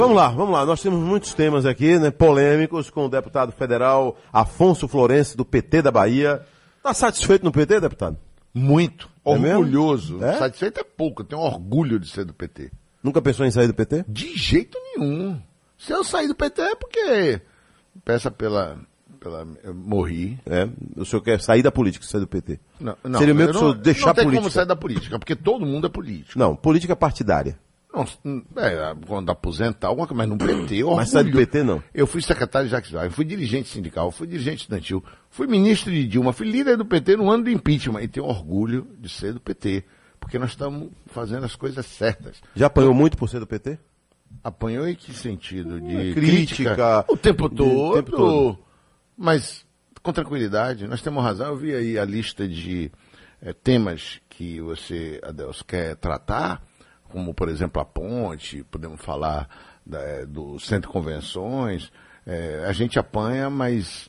Vamos lá. Nós temos muitos temas aqui, né, polêmicos, com o deputado federal Afonso Florencio, do PT da Bahia. Está satisfeito no PT, deputado? Muito. Orgulhoso. Mesmo? É? Satisfeito é pouco, eu tenho orgulho de ser do PT. Nunca pensou em sair do PT? De jeito nenhum. Se eu sair do PT é porque peça eu morri. É, o senhor quer sair da política, sair do PT? Não, Seria meio que o senhor deixar a política. Não tem como sair da política, porque todo mundo é político. Não, política partidária. Não, quando aposentar, alguma coisa, mas no PT, orgulho. Mas sai do PT, não? Eu fui secretário de Jacques Wagner, fui dirigente sindical, fui dirigente estudantil, fui ministro de Dilma, fui líder do PT no ano do impeachment, e tenho orgulho de ser do PT, porque nós estamos fazendo as coisas certas. Já apanhou muito por ser do PT? Apanhou em que sentido? De crítica? O tempo todo. Mas, com tranquilidade, nós temos razão. Eu vi aí a lista de temas que você, Adelso, quer tratar, como, por exemplo, a ponte, podemos falar do centro de convenções. A gente apanha, mas,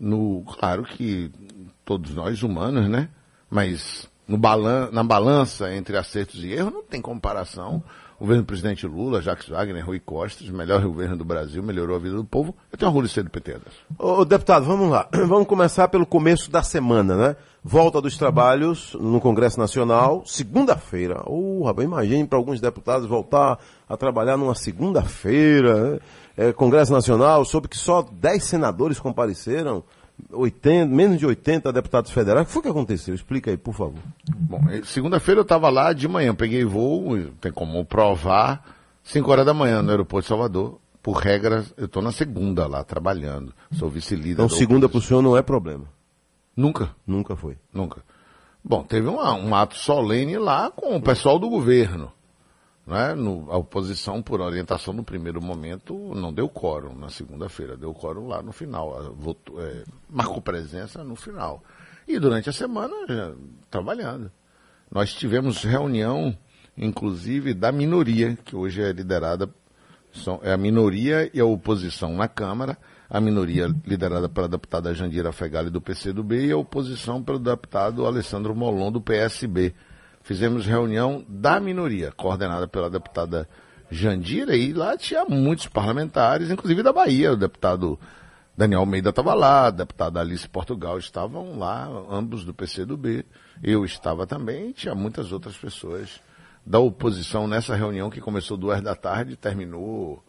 claro que todos nós humanos, né? Mas na balança entre acertos e erros não tem comparação. O governo do presidente Lula, Jacques Wagner, Rui Costa, o melhor governo do Brasil, melhorou a vida do povo. Eu tenho orgulho de ser do PT. Ô, deputado, vamos lá. Vamos começar pelo começo da semana, né? Volta dos trabalhos no Congresso Nacional, segunda-feira. Rapaz, imagine para alguns deputados voltar a trabalhar numa segunda-feira. Né? Congresso Nacional, soube que só 10 senadores compareceram. Menos de 80 deputados federais. O que foi que aconteceu? Explica aí, por favor. Bom, segunda-feira eu estava lá de manhã, peguei voo, tem como provar, 5 horas da manhã no aeroporto de Salvador. Por regra, eu estou na segunda lá, trabalhando. Sou vice-líder. Então segunda para o senhor não é problema? Nunca. Nunca foi? Nunca. Bom, teve um ato solene lá com o pessoal do governo. Né? A oposição, por orientação no primeiro momento, não deu quórum na segunda-feira, deu quórum lá no final, marcou presença no final. E durante a semana, trabalhando. Nós tivemos reunião, inclusive, da minoria, que hoje é liderada, é a minoria e a oposição na Câmara, a minoria liderada pela deputada Jandira Fegali do PCdoB e a oposição pelo deputado Alessandro Molon do PSB. Fizemos reunião da minoria, coordenada pela deputada Jandira, e lá tinha muitos parlamentares, inclusive da Bahia. O deputado Daniel Almeida estava lá, a deputada Alice Portugal estavam lá, ambos do PCdoB. Eu estava também, e tinha muitas outras pessoas da oposição nessa reunião que começou 2 da tarde e terminou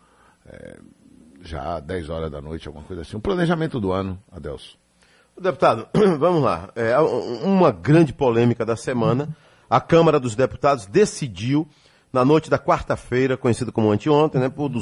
já 10 horas da noite, alguma coisa assim. Um planejamento do ano, Adelso. Deputado, vamos lá. Uma grande polêmica da semana. A Câmara dos Deputados decidiu, na noite da quarta-feira, conhecida como anteontem, né, por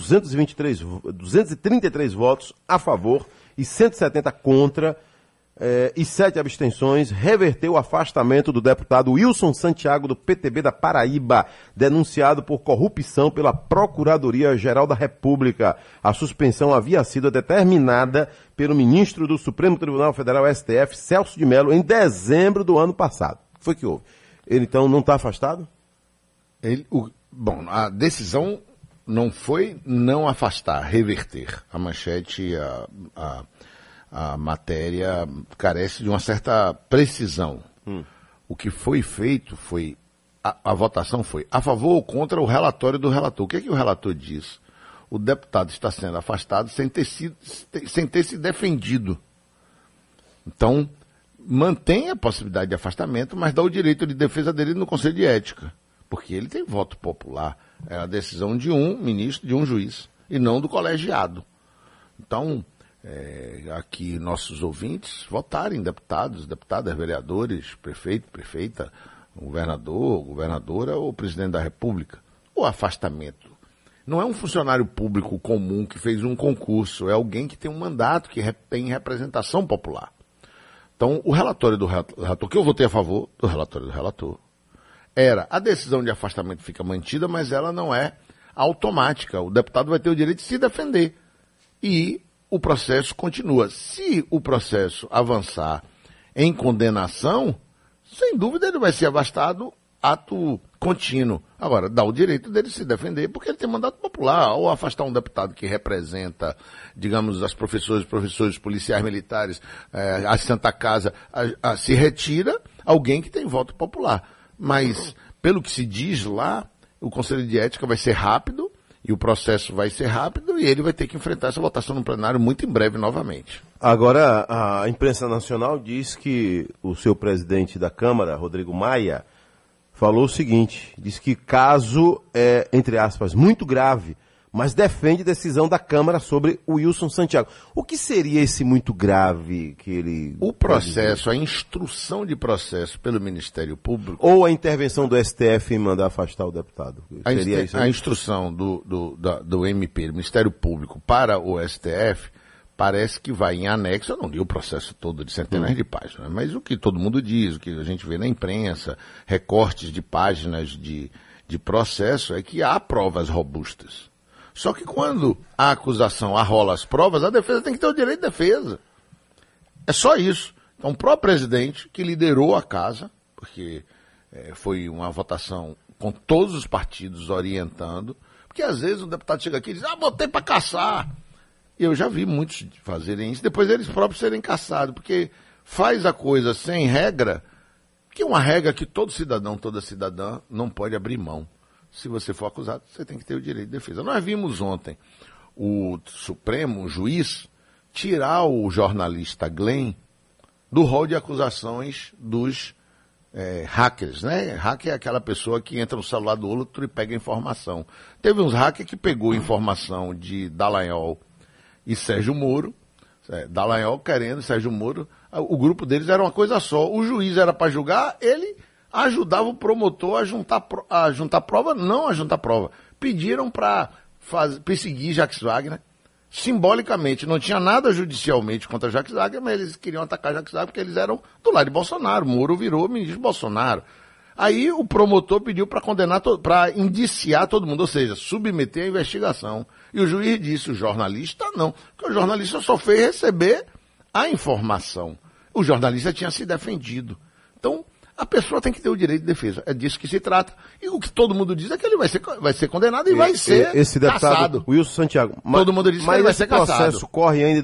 233 votos a favor e 170 contra e 7 abstenções, reverteu o afastamento do deputado Wilson Santiago, do PTB da Paraíba, denunciado por corrupção pela Procuradoria-Geral da República. A suspensão havia sido determinada pelo ministro do Supremo Tribunal Federal, STF, Celso de Mello, em dezembro do ano passado. O que foi que houve? Ele, então, não está afastado? Bom, a decisão não foi não afastar, reverter. A manchete, a matéria carece de uma certa precisão. O que foi feito foi, a votação foi a favor ou contra o relatório do relator. O que é que o relator diz? O deputado está sendo afastado sem ter se defendido. Então, mantém a possibilidade de afastamento, mas dá o direito de defesa dele no Conselho de Ética, porque ele tem voto popular. É a decisão de um ministro, de um juiz, e não do colegiado. Então, aqui nossos ouvintes votarem, deputados, deputadas, vereadores, prefeito, prefeita, governador, governadora ou presidente da República. O afastamento não é um funcionário público comum que fez um concurso, é alguém que tem um mandato, que tem representação popular. Então, o relatório do relator, que eu votei a favor do relatório do relator, a decisão de afastamento fica mantida, mas ela não é automática. O deputado vai ter o direito de se defender. E o processo continua. Se o processo avançar em condenação, sem dúvida ele vai ser afastado ato contínuo. Agora, dá o direito dele se defender, porque ele tem mandato popular. Ou afastar um deputado que representa, digamos, as professores, policiais militares, a Santa Casa, se retira alguém que tem voto popular. Mas, pelo que se diz lá, o Conselho de Ética vai ser rápido E o processo vai ser rápido e ele vai ter que enfrentar essa votação no plenário muito em breve novamente. Agora, a imprensa nacional diz que o seu presidente da Câmara, Rodrigo Maia, falou o seguinte, diz que caso é, entre aspas, muito grave, mas defende decisão da Câmara sobre o Wilson Santiago. O que seria esse muito grave que ele... O processo, a instrução de processo pelo Ministério Público... Ou a intervenção do STF em mandar afastar o deputado? Seria isso? A instrução do MP, do Ministério Público, para o STF, parece que vai em anexo, eu não li o processo todo de centenas de páginas, mas o que todo mundo diz, o que a gente vê na imprensa, recortes de páginas de processo, é que há provas robustas. Só que quando a acusação arrola as provas, a defesa tem que ter o direito de defesa. É só isso. Então, o próprio presidente, que liderou a casa, porque foi uma votação com todos os partidos orientando, porque às vezes o deputado chega aqui e diz, votei para caçar. E eu já vi muitos fazerem isso, depois eles próprios serem caçados, porque faz a coisa sem regra, que é uma regra que todo cidadão, toda cidadã não pode abrir mão. Se você for acusado, você tem que ter o direito de defesa. Nós vimos ontem o Supremo, o juiz, tirar o jornalista Glenn do rol de acusações dos hackers, né? Hacker é aquela pessoa que entra no celular do outro e pega informação. Teve uns hackers que pegou informação de Dallagnol e Sérgio Moro, Dallagnol querendo, Sérgio Moro, o grupo deles era uma coisa só. O juiz era para julgar, ele ajudava o promotor a juntar prova, não a juntar prova. Pediram para perseguir Jacques Wagner, simbolicamente. Não tinha nada judicialmente contra Jacques Wagner, mas eles queriam atacar Jacques Wagner porque eles eram do lado de Bolsonaro. Moro virou ministro Bolsonaro. Aí o promotor pediu para condenar, para indiciar todo mundo, ou seja, submeter a investigação. E o juiz disse, o jornalista não, porque o jornalista só fez receber a informação. O jornalista tinha se defendido. Então, a pessoa tem que ter o direito de defesa. É disso que se trata. E o que todo mundo diz é que ele vai ser condenado e vai ser esse deputado, cassado. Wilson Santiago. Todo mundo diz que ele vai ser cassado. Mas esse processo corre ainda em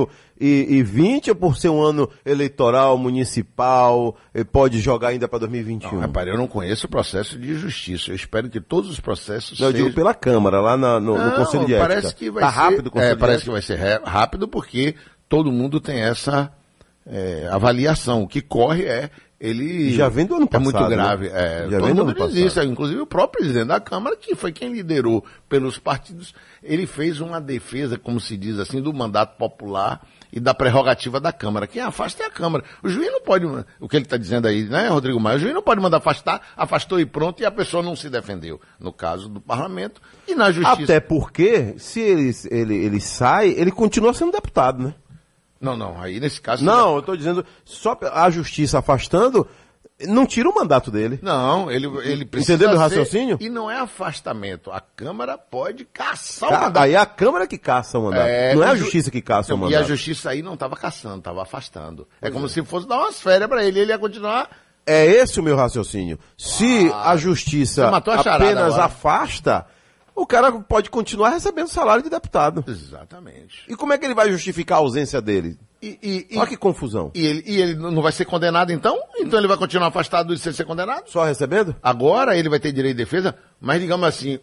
2020 ou por ser um ano eleitoral, municipal, pode jogar ainda para 2021? Não, rapaz, eu não conheço o processo de justiça. Eu espero que todos os processos eu digo pela Câmara, lá no Conselho de Ética. Parece que vai ser rápido o Conselho de Ética? Parece que vai ser rápido porque todo mundo tem essa avaliação. O que corre ele já vem do ano passado. É muito grave. Né? Já vem do ano passado. Inclusive o próprio presidente da Câmara, que foi quem liderou pelos partidos, ele fez uma defesa, como se diz assim, do mandato popular e da prerrogativa da Câmara. Quem afasta é a Câmara. O juiz não pode, o que ele está dizendo aí, né, Rodrigo Maia? O juiz não pode mandar afastar, afastou e pronto, e a pessoa não se defendeu. No caso do parlamento e na justiça. Até porque, se ele sai, ele continua sendo deputado, né? Não, aí nesse caso... Não, eu estou dizendo, só a justiça afastando, não tira o mandato dele. Não, ele precisa entendendo o raciocínio? E não é afastamento, a Câmara pode caçar o mandato. Aí é a Câmara que caça o mandato, não é a justiça que caça o mandato. E a justiça aí não estava caçando, estava afastando. É como se fosse dar umas férias para ele ia continuar... É esse o meu raciocínio. Se a justiça apenas afasta... O cara pode continuar recebendo salário de deputado. Exatamente. E como é que ele vai justificar a ausência dele? Olha que confusão. E ele não vai ser condenado então? Então ele vai continuar afastado de ser condenado? Só recebendo? Agora ele vai ter direito de defesa, mas digamos assim,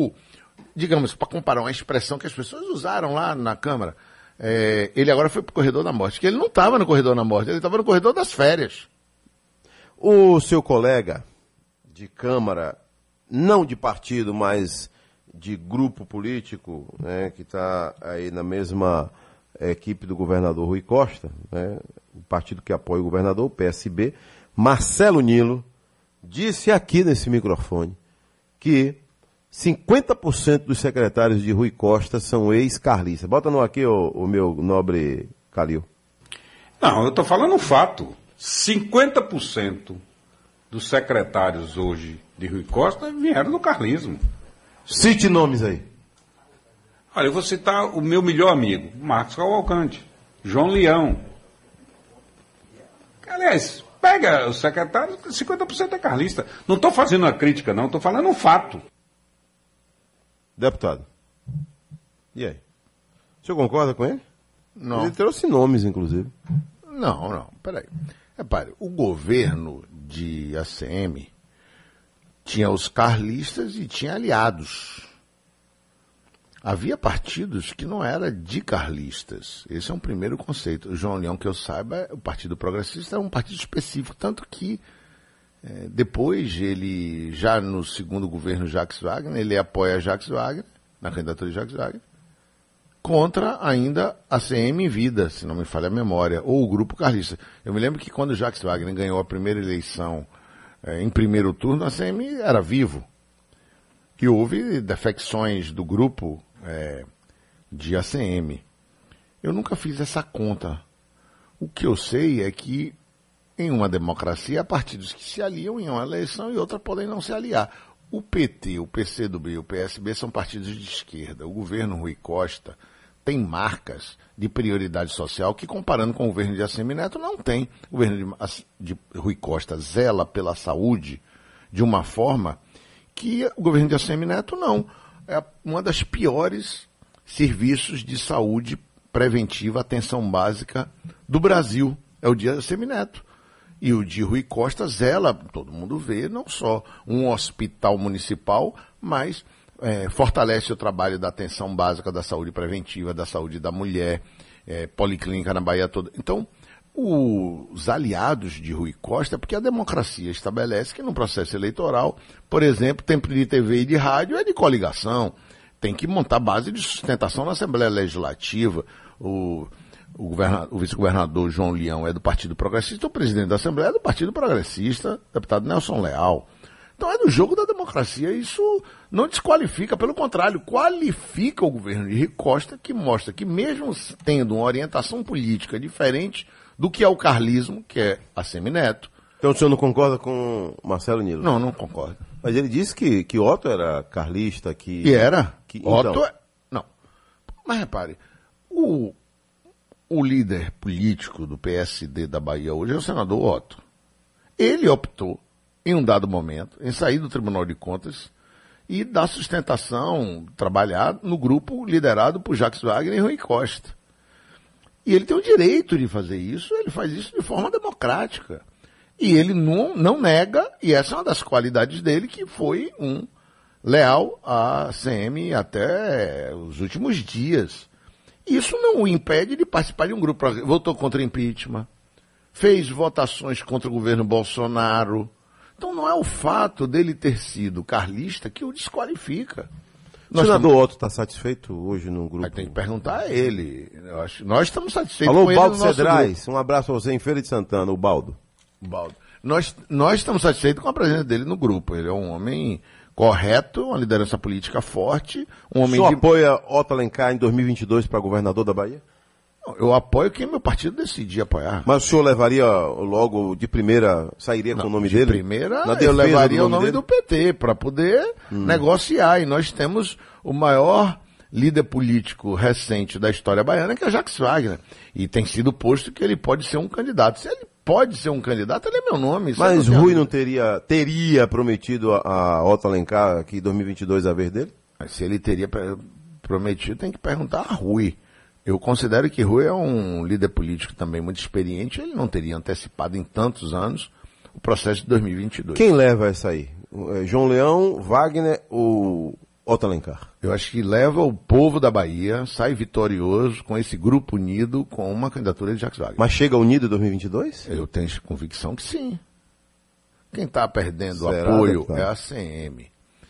para comparar uma expressão que as pessoas usaram lá na Câmara, ele agora foi para o corredor da morte, que ele não estava no corredor da morte, ele estava no corredor das férias. O seu colega de Câmara, não de partido, mas... de grupo político, né, que está aí na mesma equipe do governador Rui Costa, né, o partido que apoia o governador, o PSB, Marcelo Nilo, disse aqui nesse microfone que 50% dos secretários de Rui Costa são ex-carlistas. Bota no aqui o meu nobre Calil. Não, eu estou falando um fato. 50% dos secretários hoje de Rui Costa vieram do carlismo. Cite nomes aí. Olha, eu vou citar o meu melhor amigo, Marcos Cavalcante, João Leão. Aliás, pega o secretário, 50% é carlista. Não estou fazendo uma crítica, não, estou falando um fato. Deputado, e aí? O senhor concorda com ele? Não. Ele trouxe nomes, inclusive. Não, peraí. Repare, o governo de ACM... tinha os carlistas e tinha aliados. havia partidos que não eram de carlistas. Esse é um primeiro conceito. O João Leão, que eu saiba, o Partido Progressista é um partido específico, tanto que depois ele, já no segundo governo Jacques Wagner, ele apoia Jacques Wagner, na candidatura de Jacques Wagner, contra ainda a CM em vida, se não me falha a memória, ou o Grupo Carlista. Eu me lembro que quando Jacques Wagner ganhou a primeira eleição em primeiro turno, a CM era vivo. E houve defecções do grupo de ACM. Eu nunca fiz essa conta. O que eu sei é que em uma democracia há partidos que se aliam em uma eleição e outras podem não se aliar. O PT, o PCdoB e o PSB são partidos de esquerda. O governo Rui Costa tem marcas de prioridade social que, comparando com o governo de ACM Neto, não tem. O governo de Rui Costa zela pela saúde de uma forma que o governo de ACM Neto não. É uma das piores serviços de saúde preventiva, atenção básica do Brasil. É o de ACM Neto. E o de Rui Costa zela, todo mundo vê, não só um hospital municipal, mas fortalece o trabalho da atenção básica da saúde preventiva, da saúde da mulher, policlínica na Bahia toda. Então, os aliados de Rui Costa, porque a democracia estabelece que no processo eleitoral, por exemplo, tempo de TV e de rádio é de coligação, tem que montar base de sustentação na Assembleia Legislativa. O vice-governador João Leão é do Partido Progressista, o presidente da Assembleia é do Partido Progressista, deputado Nelson Leal. Então é do jogo da democracia, isso não desqualifica, pelo contrário, qualifica o governo de Rui Costa, que mostra que mesmo tendo uma orientação política diferente do que é o carlismo, que é ACM Neto. Então o senhor não concorda com Marcelo Nilo? Não concordo. Mas ele disse que Otto era carlista, que... E era. Otto então... Não. Mas repare, o líder político do PSD da Bahia hoje é o senador Otto. Ele optou, em um dado momento, em sair do Tribunal de Contas e dar sustentação, trabalhar no grupo liderado por Jacques Wagner e Rui Costa. E ele tem o direito de fazer isso, ele faz isso de forma democrática. E ele não nega, e essa é uma das qualidades dele, que foi um leal à CM até os últimos dias. Isso não o impede de participar de um grupo. Votou contra o impeachment, fez votações contra o governo Bolsonaro. Então não é o fato dele ter sido carlista que o desqualifica. O senador Otto está satisfeito hoje no grupo? Aí tem que perguntar a ele. Nós estamos satisfeitos com ele. Baldo Cedrais, um abraço a você em Feira de Santana, o Baldo. Nós estamos satisfeitos com a presença dele no grupo. Ele é um homem correto, uma liderança política forte. O senhor apoia Otto Alencar em 2022 para governador da Bahia? Eu apoio quem meu partido decidir apoiar. Mas o senhor levaria logo de primeira, sairia com o nome dele? De primeira, eu levaria o nome do PT para poder negociar. E nós temos o maior líder político recente da história baiana, que é Jacques Wagner. E tem sido posto que ele pode ser um candidato. Se ele pode ser um candidato, ele é meu nome. Mas Rui não teria prometido a Otto Alencar que em 2022 a vez dele? Se ele teria prometido, tem que perguntar a Rui. Eu considero que Rui é um líder político também muito experiente, ele não teria antecipado em tantos anos o processo de 2022. Quem leva essa aí? João Leão, Wagner ou Otto Alencar? Eu acho que leva o povo da Bahia, sai vitorioso com esse grupo unido com uma candidatura de Jacques Wagner. Mas chega unido em 2022? Eu tenho convicção que sim. Quem está perdendo apoio é a CM,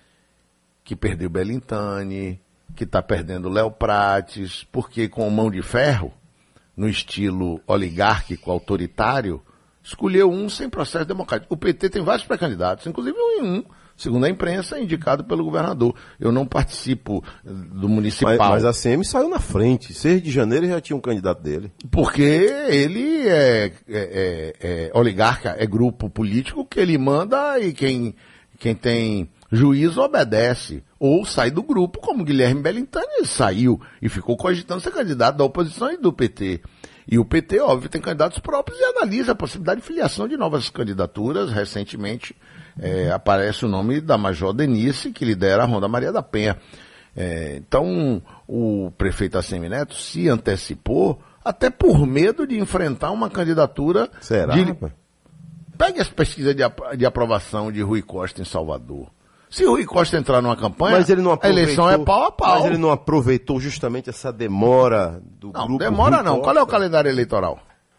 que perdeu Belintani, que está perdendo Léo Prates, porque com mão de ferro, no estilo oligárquico, autoritário, escolheu um sem processo democrático. O PT tem vários pré-candidatos, inclusive um, segundo a imprensa, indicado pelo governador. Eu não participo do municipal. Mas a CM saiu na frente. 6 de janeiro já tinha um candidato dele. Porque ele é oligarca, é grupo político que ele manda e quem tem juízo obedece, ou sai do grupo, como Guilherme Belintani, ele saiu e ficou cogitando ser candidato da oposição e do PT. E o PT, óbvio, tem candidatos próprios e analisa a possibilidade de filiação de novas candidaturas. Recentemente aparece o nome da Major Denise, que lidera a Ronda Maria da Penha. Então, o prefeito ACM Neto se antecipou, até por medo de enfrentar uma candidatura... Será? Pegue as pesquisas de aprovação de Rui Costa em Salvador. Se o Rui Costa entrar numa campanha, Mas ele não a eleição é pau a pau. Mas ele não aproveitou justamente essa demora do grupo. Não, demora Rui não. Costa. Qual é o calendário eleitoral?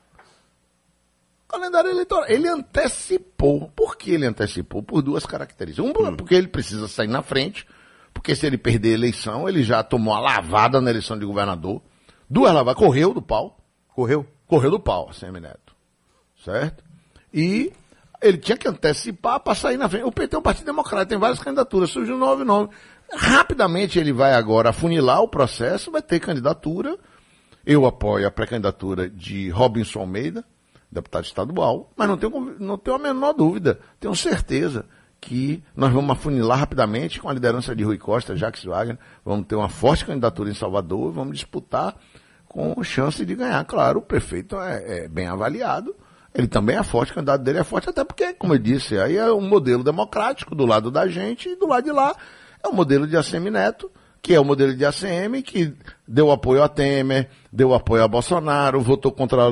O calendário eleitoral. Ele antecipou. Por que ele antecipou? Por duas características. Uma, porque ele precisa sair na frente, porque se ele perder a eleição, ele já tomou a lavada na eleição de governador. Duas lavadas. Correu do pau. Correu? Correu do pau, Semineto. Certo? E ele tinha que antecipar para sair na frente. O PT é um partido democrático, tem várias candidaturas, surgiu 9 nomes. Rapidamente ele vai agora afunilar o processo, vai ter candidatura. Eu apoio a pré-candidatura de Robinson Almeida, deputado estadual, mas não tenho a menor dúvida, tenho certeza que nós vamos afunilar rapidamente com a liderança de Rui Costa, Jacques Wagner, vamos ter uma forte candidatura em Salvador, vamos disputar com chance de ganhar. Claro, o prefeito é bem avaliado, ele também é forte, o candidato dele é forte, até porque, como eu disse, aí é um modelo democrático do lado da gente e do lado de lá é o modelo de ACM Neto, que é o modelo de ACM, que deu apoio a Temer, deu apoio a Bolsonaro, votou contra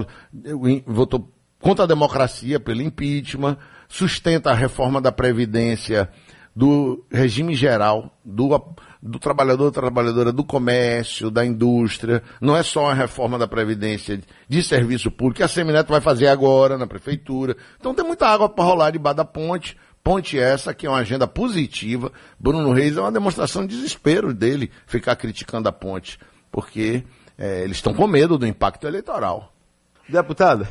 a democracia pelo impeachment, sustenta a reforma da Previdência, do regime geral, do trabalhador, trabalhadora, do comércio, da indústria. Não é só a reforma da Previdência de serviço público, que a ACM Neto vai fazer agora na prefeitura. Então tem muita água para rolar debaixo da ponte. Ponte essa que é uma agenda positiva. Bruno Reis é uma demonstração de desespero dele ficar criticando a ponte, porque eles estão com medo do impacto eleitoral. Deputada,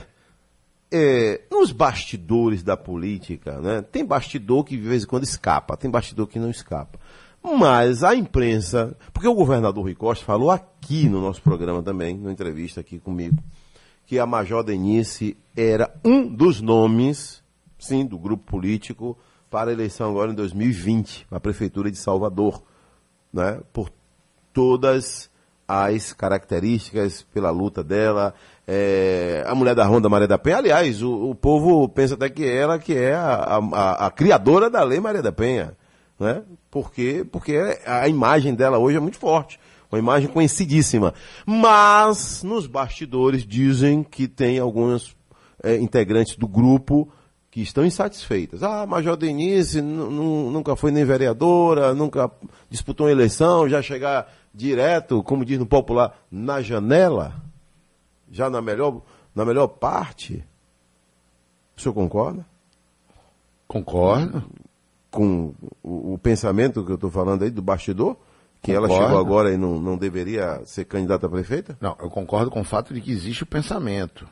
nos bastidores da política, né, tem bastidor que de vez em quando escapa, tem bastidor que não escapa. Mas a imprensa, porque o governador Rui Costa falou aqui no nosso programa também, numa entrevista aqui comigo, que a Major Denise era um dos nomes, sim, do grupo político para a eleição agora em 2020, na Prefeitura de Salvador, né, por todas as características, pela luta dela, a mulher da Ronda Maria da Penha. Aliás, o povo pensa até que ela que é a criadora da Lei Maria da Penha, né? Porque a imagem dela hoje é muito forte, uma imagem conhecidíssima. Mas nos bastidores dizem que tem alguns integrantes do grupo que estão insatisfeitas. A Major Denise nunca foi nem vereadora, nunca disputou uma eleição, já chegar direto, como diz no popular, na janela, já na melhor parte. O senhor concorda? Concordo. Com o pensamento que eu estou falando aí do bastidor? Que Concordo. Ela chegou agora e não deveria ser candidata a prefeita? Não, eu concordo com o fato de que existe o pensamento.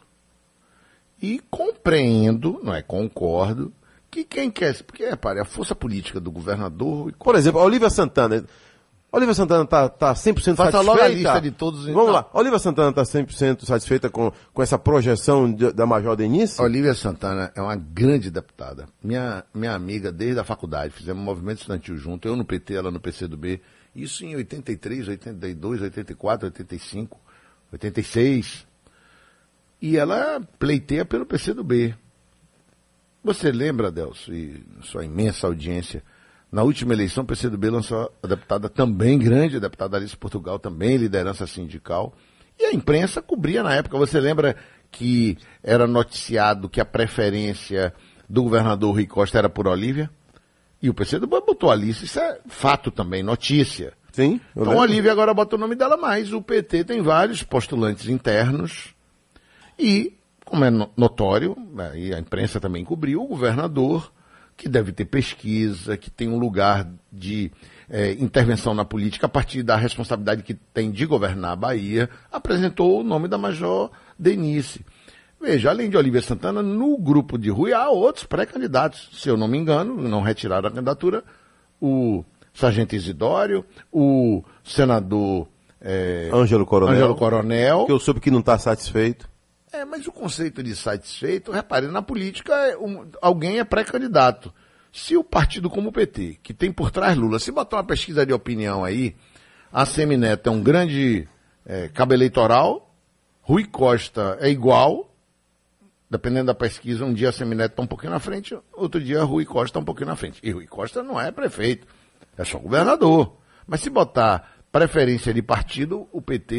E compreendo, concordo, que quem quer... Porque, repare, a força política do governador... Por exemplo, a Olívia Santana... Olívia Santana está 100% Faça satisfeita. logo a lista de todos. Vamos lá. Olívia Santana está 100% satisfeita com essa projeção da Major Denise? Olívia Santana é uma grande deputada. Minha amiga desde a faculdade. Fizemos um movimento estudantil junto. Eu no PT, ela no PCdoB. Isso em 83, 82, 84, 85, 86. E ela pleiteia pelo PCdoB. Você lembra, Adelso, e sua imensa audiência... Na última eleição, o PCdoB lançou a deputada também grande, a deputada Alice Portugal, também liderança sindical. E a imprensa cobria na época. Você lembra que era noticiado que a preferência do governador Rui Costa era por Olívia? E o PCdoB botou Alice, isso é fato também, notícia. Sim. Então a Olívia agora bota o nome dela, mas o PT tem vários postulantes internos. E, como é notório, e a imprensa também cobriu, o governador... que deve ter pesquisa, que tem um lugar de intervenção na política a partir da responsabilidade que tem de governar a Bahia, apresentou o nome da Major Denise. Veja, além de Olívia Santana, no grupo de Rui há outros pré-candidatos. Se eu não me engano, não retiraram a candidatura, o Sargento Isidório, o senador Ângelo Coronel. Que eu soube que não está satisfeito. Mas o conceito de satisfeito, repare, na política alguém é pré-candidato. Se o partido como o PT, que tem por trás Lula, se botar uma pesquisa de opinião aí, a ACM Neto é um grande cabo eleitoral, Rui Costa é igual, dependendo da pesquisa, um dia a ACM Neto está um pouquinho na frente, outro dia Rui Costa está um pouquinho na frente. E Rui Costa não é prefeito, é só governador. Mas se botar preferência de partido, o PT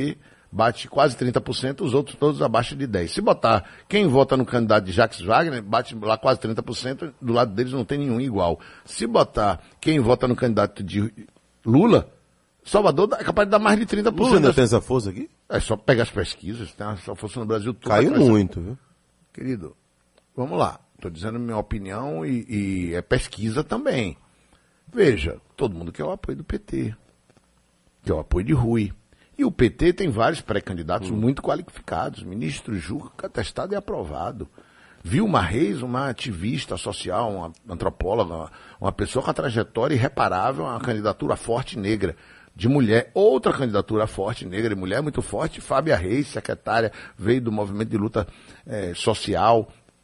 bate quase 30%, os outros todos abaixo de 10%. Se botar quem vota no candidato de Jacques Wagner, bate lá quase 30%, do lado deles não tem nenhum igual. Se botar quem vota no candidato de Lula, Salvador é capaz de dar mais de 30%. Lula ainda tem essa força aqui? É só pegar as pesquisas, tem essa força no Brasil todo. Caiu muito, viu? Querido, vamos lá. Estou dizendo minha opinião e é pesquisa também. Veja, todo mundo quer o apoio do PT, quer o apoio de Rui. E o PT tem vários pré-candidatos muito qualificados. Ministro Juca, testado e aprovado. Vilma Reis, uma ativista social, uma antropóloga, uma pessoa com a trajetória irreparável, uma candidatura forte negra de mulher. Outra candidatura forte negra de mulher muito forte, Fábia Reis, secretária, veio do movimento de luta social.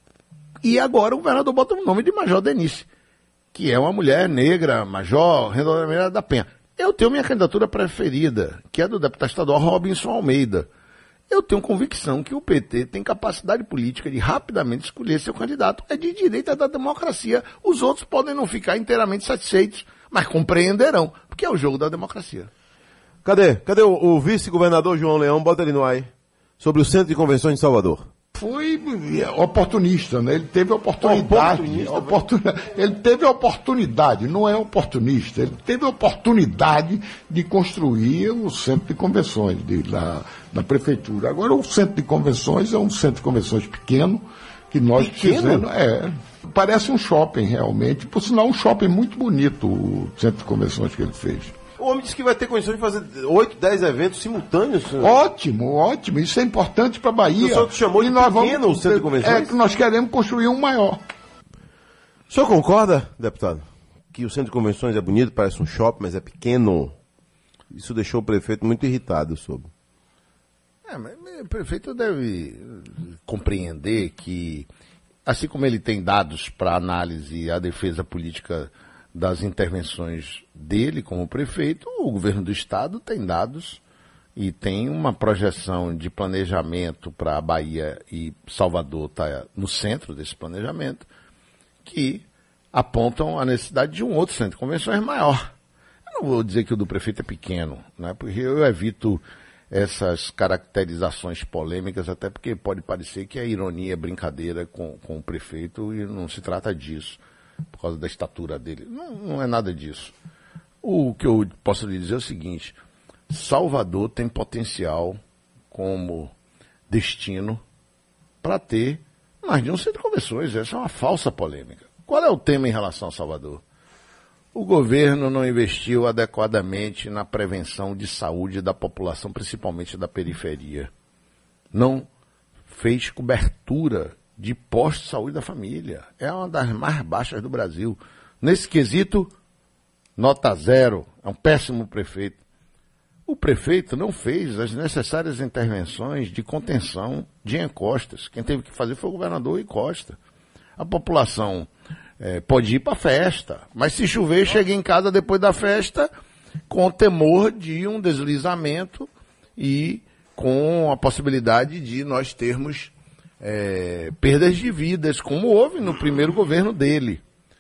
E agora o governador bota o nome de Major Denise, que é uma mulher negra, Major Rendoneira da Penha. Eu tenho minha candidatura preferida, que é do deputado estadual Robinson Almeida. Eu tenho convicção que o PT tem capacidade política de rapidamente escolher seu candidato. É de direita da democracia. Os outros podem não ficar inteiramente satisfeitos, mas compreenderão, porque é o jogo da democracia. Cadê o vice-governador João Leão? Bota ele no ar aí. Sobre o Centro de Convenções de Salvador. Foi oportunista, né? Ele teve oportunidade. Ele teve oportunidade, não é oportunista. Ele teve oportunidade de construir o centro de convenções da prefeitura. Agora, o centro de convenções é um centro de convenções pequeno, que nós fizemos. Parece um shopping, realmente. Por sinal, um shopping muito bonito, o centro de convenções que ele fez. O homem disse que vai ter condições de fazer 8, 10 eventos simultâneos. Ótimo. Isso é importante para a Bahia. O senhor chamou de pequeno o centro de convenções? É que nós queremos construir um maior. O senhor concorda, deputado, que o centro de convenções é bonito, parece um shopping, mas é pequeno? Isso deixou o prefeito muito irritado sobre. Mas o prefeito deve compreender que, assim como ele tem dados para análise e a defesa política das intervenções dele como prefeito, o governo do estado tem dados e tem uma projeção de planejamento para a Bahia, e Salvador está no centro desse planejamento, que apontam a necessidade de um outro centro de convenções maior. Eu não vou dizer que o do prefeito é pequeno, né, porque eu evito essas caracterizações polêmicas, até porque pode parecer que é ironia, é brincadeira com o prefeito, e não se trata disso, por causa da estatura dele. Não é nada disso. O que eu posso lhe dizer é o seguinte: Salvador tem potencial como destino para ter mais de um centro de convenções. Essa é uma falsa polêmica. Qual é o tema em relação a Salvador? O governo não investiu adequadamente na prevenção de saúde da população, principalmente da periferia. Não fez cobertura de postos de saúde da família. É uma das mais baixas do Brasil. Nesse quesito, nota 0. É um péssimo prefeito. O prefeito não fez as necessárias intervenções de contenção de encostas. Quem teve que fazer foi o governador Costa. A população pode ir para a festa, mas se chover, chega em casa depois da festa com o temor de um deslizamento e com a possibilidade de nós termos perdas de vidas, como houve no primeiro governo dele.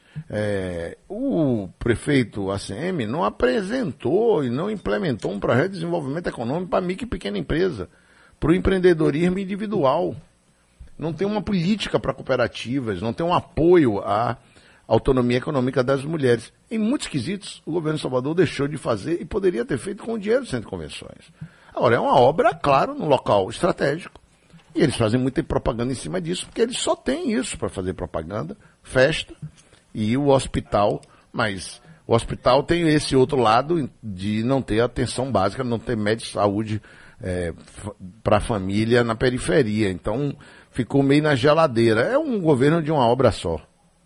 O prefeito ACM não apresentou e não implementou um projeto de desenvolvimento econômico para micro e pequena empresa, para o empreendedorismo individual. Não tem uma política para cooperativas, não tem um apoio à autonomia econômica das mulheres. Em muitos quesitos, o governo de Salvador deixou de fazer e poderia ter feito com o dinheiro do Centro de Convenções. Agora, é uma obra, claro, no local estratégico, e eles fazem muita propaganda em cima disso, porque eles só têm isso para fazer propaganda, festa e o hospital, mas o hospital tem esse outro lado de não ter atenção básica, não ter médico de saúde para a família na periferia. Então, ficou meio na geladeira. É um governo de uma obra só.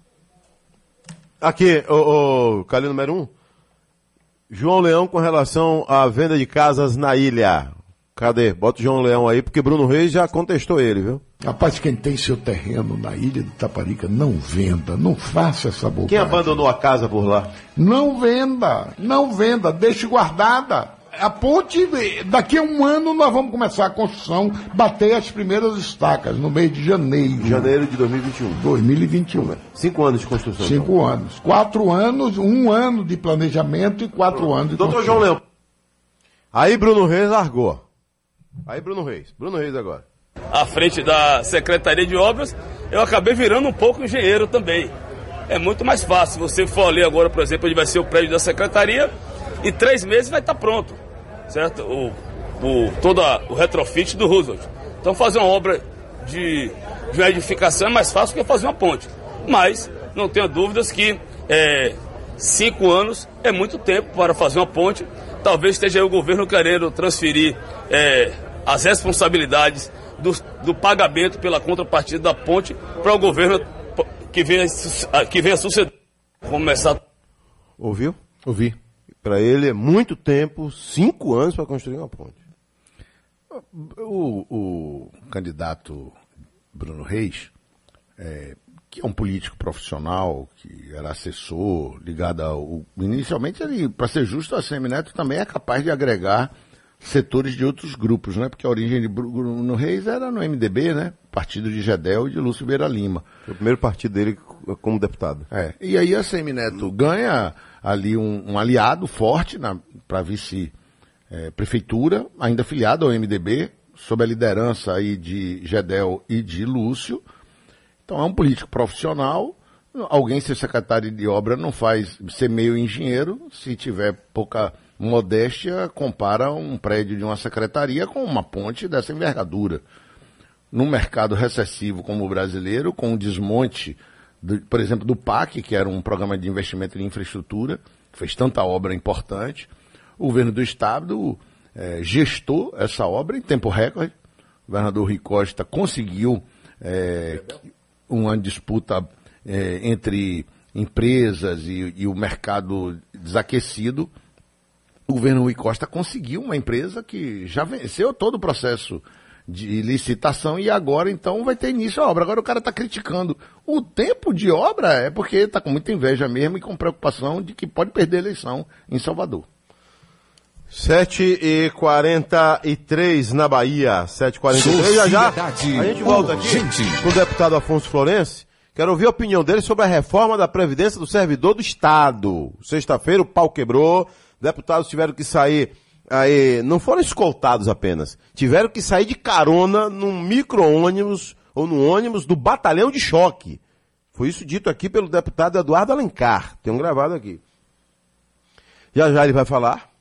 Aqui, o Calil número 1. João Leão com relação à venda de casas na ilha. Cadê? Bota o João Leão aí, porque Bruno Reis já contestou ele, viu? Rapaz, quem tem seu terreno na ilha de Taparica, não venda, não faça essa bobagem. Quem abandonou a casa por lá? Não venda, deixe guardada. A ponte, daqui a um ano nós vamos começar a construção, bater as primeiras estacas, no mês de janeiro. Janeiro de 2021. 2021. 5 anos de construção. 5 anos. 4 anos, 1 ano de planejamento e 4 anos de Doutor construção. João Leão. Aí Bruno Reis largou. Aí, Bruno Reis. Bruno Reis agora. À frente da Secretaria de Obras, eu acabei virando um pouco engenheiro também. É muito mais fácil. Você for ali agora, por exemplo, onde vai ser o prédio da Secretaria, em 3 meses vai estar pronto, certo? Todo o retrofit do Roosevelt. Então fazer uma obra de uma edificação é mais fácil que fazer uma ponte. Mas não tenha dúvidas que 5 anos é muito tempo para fazer uma ponte. Talvez esteja aí o governo querendo transferir as responsabilidades do pagamento pela contrapartida da ponte para o governo que venha suceder. Começar. Ouviu? Ouvi. Para ele é muito tempo, 5 anos para construir uma ponte. O candidato Bruno Reis, que é um político profissional, que era assessor, ligado ao... Inicialmente, ele, para ser justo, a Semineto também é capaz de agregar setores de outros grupos, né? Porque a origem de Bruno Reis era no MDB, né? Partido de Gedel e de Lúcio Vieira Lima. Foi o primeiro partido dele como deputado. E aí a Semineto ganha ali um aliado forte para vice-prefeitura, ainda filiado ao MDB, sob a liderança aí de Gedel e de Lúcio. Então é um político profissional. Alguém ser secretário de obra não faz ser meio engenheiro. Se tiver pouca modéstia, compara um prédio de uma secretaria com uma ponte dessa envergadura. Num mercado recessivo como o brasileiro, com o desmonte, por exemplo, do PAC, que era um programa de investimento em infraestrutura, fez tanta obra importante, o governo do Estado gestou essa obra em tempo recorde. O governador Rui Costa conseguiu uma disputa entre empresas e o mercado desaquecido. O governo Rui Costa conseguiu uma empresa que já venceu todo o processo de licitação e agora, então, vai ter início a obra. Agora o cara está criticando o tempo de obra, é porque está com muita inveja mesmo e com preocupação de que pode perder a eleição em Salvador. 7h43 na Bahia, 7h43, já a gente volta aqui com o deputado Afonso Florencio. Quero ouvir a opinião dele sobre a reforma da Previdência do Servidor do Estado. Sexta-feira o pau quebrou, deputados tiveram que sair, aí, não foram escoltados apenas, tiveram que sair de carona num micro-ônibus ou no ônibus do batalhão de choque. Foi isso dito aqui pelo deputado Eduardo Alencar, tem um gravado aqui. Já ele vai falar.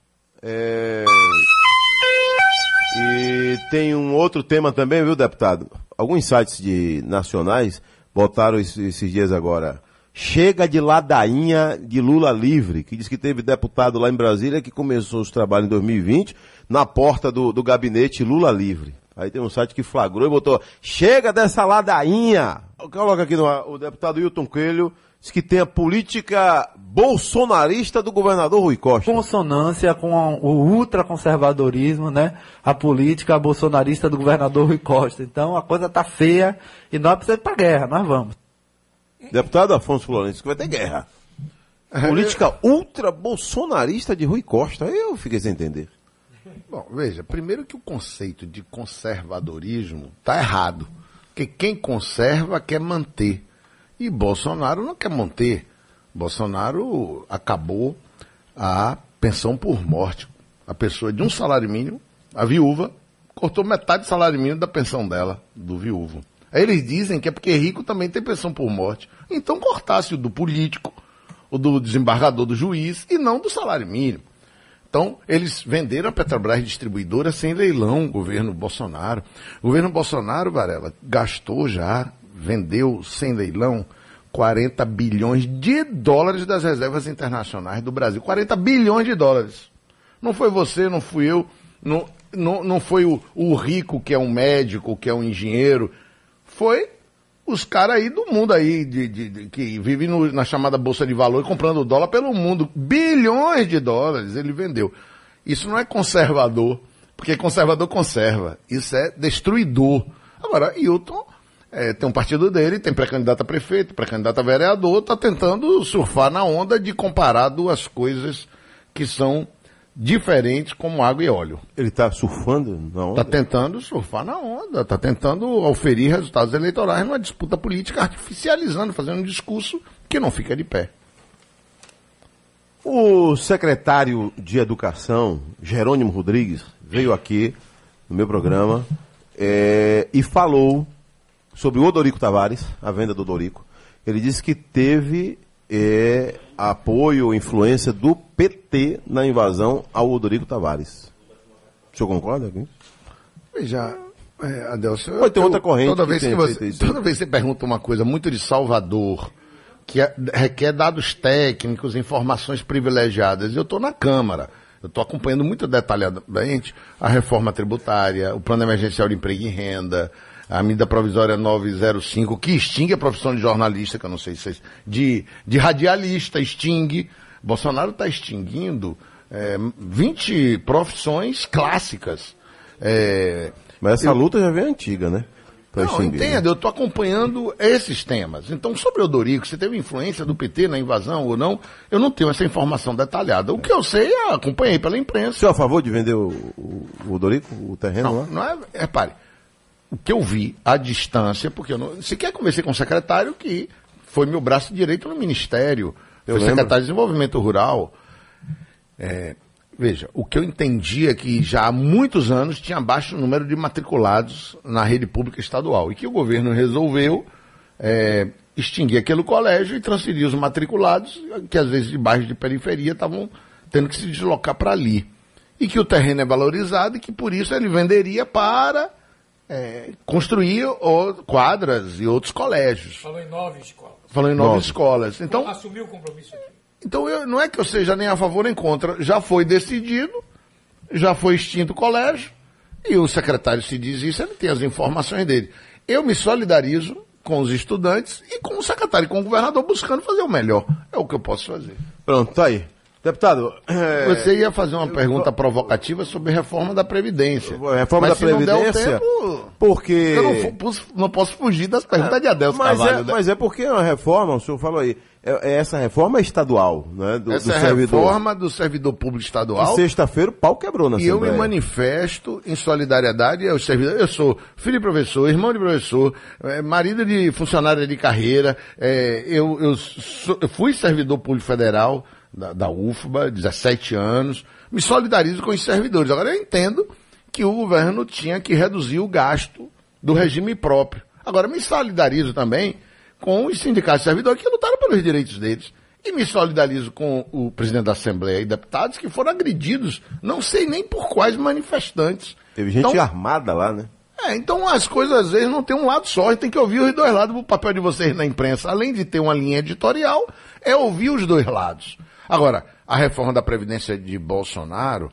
E tem um outro tema também, viu, deputado? Alguns sites nacionais botaram esses dias agora. Chega de ladainha de Lula livre, que diz que teve deputado lá em Brasília que começou os trabalhos em 2020 na porta do gabinete Lula livre. Aí tem um site que flagrou e botou, chega dessa ladainha. Coloca aqui o deputado Hilton Coelho, diz que tem a política bolsonarista do governador Rui Costa. Consonância com o ultraconservadorismo, né? A política bolsonarista do governador Rui Costa. Então a coisa tá feia e nós precisamos ir pra guerra, nós vamos. Deputado Afonso Florencio, que vai ter guerra. Política ultra-bolsonarista de Rui Costa. Eu fiquei sem entender. Bom, veja, primeiro que o conceito de conservadorismo está errado. Porque quem conserva quer manter. E Bolsonaro não quer manter. Bolsonaro acabou a pensão por morte. A pessoa de um salário mínimo, a viúva, cortou metade do salário mínimo da pensão dela, do viúvo. Aí eles dizem que é porque rico também tem pensão por morte. Então cortasse o do político, o do desembargador, do juiz, e não do salário mínimo. Então, eles venderam a Petrobras distribuidora sem leilão, o governo Bolsonaro. O governo Bolsonaro, Varela, gastou já, vendeu sem leilão, 40 bilhões de dólares das reservas internacionais do Brasil. 40 bilhões de dólares. Não foi você, não fui eu, não foi o rico que é um médico, que é um engenheiro. Foi os caras aí do mundo aí, que vivem na chamada Bolsa de Valores, comprando dólar pelo mundo. Bilhões de dólares ele vendeu. Isso não é conservador, porque conservador conserva. Isso é destruidor. Agora, Hilton tem um partido dele, tem pré-candidato a prefeito, pré-candidato a vereador, está tentando surfar na onda de comparar duas coisas que são diferentes como água e óleo. Ele está surfando na onda? Está tentando surfar na onda, está tentando oferir resultados eleitorais numa disputa política, artificializando, fazendo um discurso que não fica de pé. O secretário de Educação, Jerônimo Rodrigues, veio aqui no meu programa, e falou sobre o Odorico Tavares, a venda do Odorico. Ele disse que teve apoio, influência do PT na invasão ao Odorico Tavares. O senhor concorda com isso? Veja, Adelson, Ou tem outra corrente toda vez que você pergunta uma coisa muito de Salvador, que requer dados técnicos, informações privilegiadas, eu estou na Câmara, eu estou acompanhando muito detalhadamente a reforma tributária, o plano emergencial de emprego e renda, a medida provisória 905, que extingue a profissão de jornalista, que eu não sei se de radialista, extingue. Bolsonaro está extinguindo 20 profissões clássicas. Mas essa luta já vem antiga, né? Não, entenda, eu estou acompanhando esses temas. Então, sobre o Odorico, se teve influência do PT na invasão ou não, eu não tenho essa informação detalhada. O que eu sei, acompanhei pela imprensa. O senhor é a favor de vender o Odorico, o terreno lá? Não é, repare, o que eu vi à distância, porque eu não, sequer conversei com o secretário que foi meu braço direito no Ministério, foi secretário de Desenvolvimento Rural. Veja, o que eu entendi é que já há muitos anos tinha baixo número de matriculados na rede pública estadual e que o governo resolveu extinguir aquele colégio e transferir os matriculados, que às vezes de bairros de periferia estavam tendo que se deslocar para ali. E que o terreno é valorizado e que por isso ele venderia para construir quadras e outros colégios. Falou em 9 escolas. Falou em 9 escolas. Então, assumiu o compromisso aqui. Então, não é que eu seja nem a favor nem contra. Já foi decidido, já foi extinto o colégio, e o secretário se diz isso, ele tem as informações dele. Eu me solidarizo com os estudantes e com o secretário e com o governador buscando fazer o melhor. É o que eu posso fazer. Pronto, tá aí. Deputado... Você ia fazer uma pergunta provocativa sobre reforma da Previdência. Reforma da Previdência? Porque... Eu não posso fugir das perguntas de Adelson Carvalho. Mas é porque a reforma, o senhor falou aí, essa reforma é estadual, né? Essa é a reforma do servidor público estadual. E sexta-feira o pau quebrou na Assembleia. E eu me manifesto em solidariedade aos servidores. Eu sou filho de professor, irmão de professor, marido de funcionário de carreira, eu fui servidor público federal da UFBA, 17 anos, me solidarizo com os servidores. Agora eu entendo que o governo tinha que reduzir o gasto do regime próprio. Agora me solidarizo também com os sindicatos de servidores que lutaram pelos direitos deles. E me solidarizo com o presidente da Assembleia e deputados que foram agredidos, não sei nem por quais manifestantes. Teve gente armada lá, né? Então as coisas às vezes não tem um lado só, a gente tem que ouvir os dois lados. O papel de vocês na imprensa, além de ter uma linha editorial, é ouvir os dois lados. Agora, a reforma da Previdência de Bolsonaro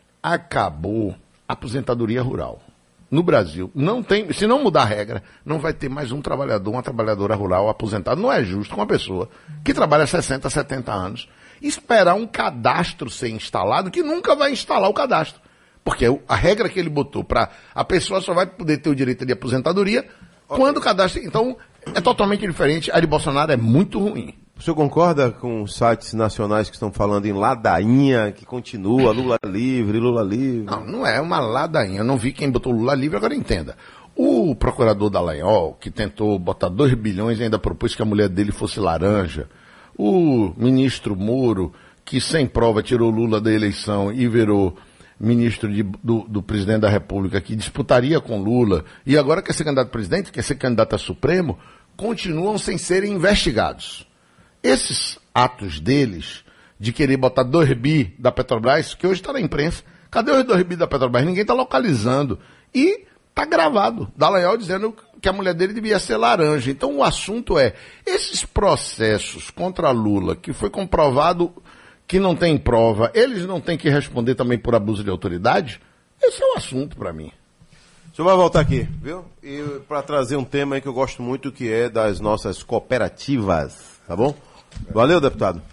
acabou a aposentadoria rural. No Brasil, não tem, se não mudar a regra, não vai ter mais um trabalhador, uma trabalhadora rural aposentada. Não é justo com uma pessoa que trabalha 60, 70 anos esperar um cadastro ser instalado, que nunca vai instalar o cadastro. Porque a regra que ele botou para a pessoa só vai poder ter o direito de aposentadoria quando o cadastro... Então, é totalmente diferente. A de Bolsonaro é muito ruim. O senhor concorda com os sites nacionais que estão falando em ladainha, que continua, Lula livre, Lula livre? Não é uma ladainha. Eu não vi quem botou Lula livre, agora entenda. O procurador Dallagnol, que tentou botar 2 bilhões e ainda propôs que a mulher dele fosse laranja. O ministro Moro, que sem prova tirou Lula da eleição e virou ministro do presidente da República, que disputaria com Lula, e agora quer ser candidato a presidente, quer ser candidato a Supremo, continuam sem serem investigados. Esses atos deles, de querer botar 2 bi da Petrobras, que hoje está na imprensa, cadê os 2 bi da Petrobras? Ninguém está localizando. E está gravado. Dallagnol dizendo que a mulher dele devia ser laranja. Então o assunto é, esses processos contra Lula, que foi comprovado que não tem prova, eles não têm que responder também por abuso de autoridade? Esse é o assunto para mim. O senhor vai voltar aqui, viu? E para trazer um tema aí que eu gosto muito, que é das nossas cooperativas, tá bom? Valeu, deputado.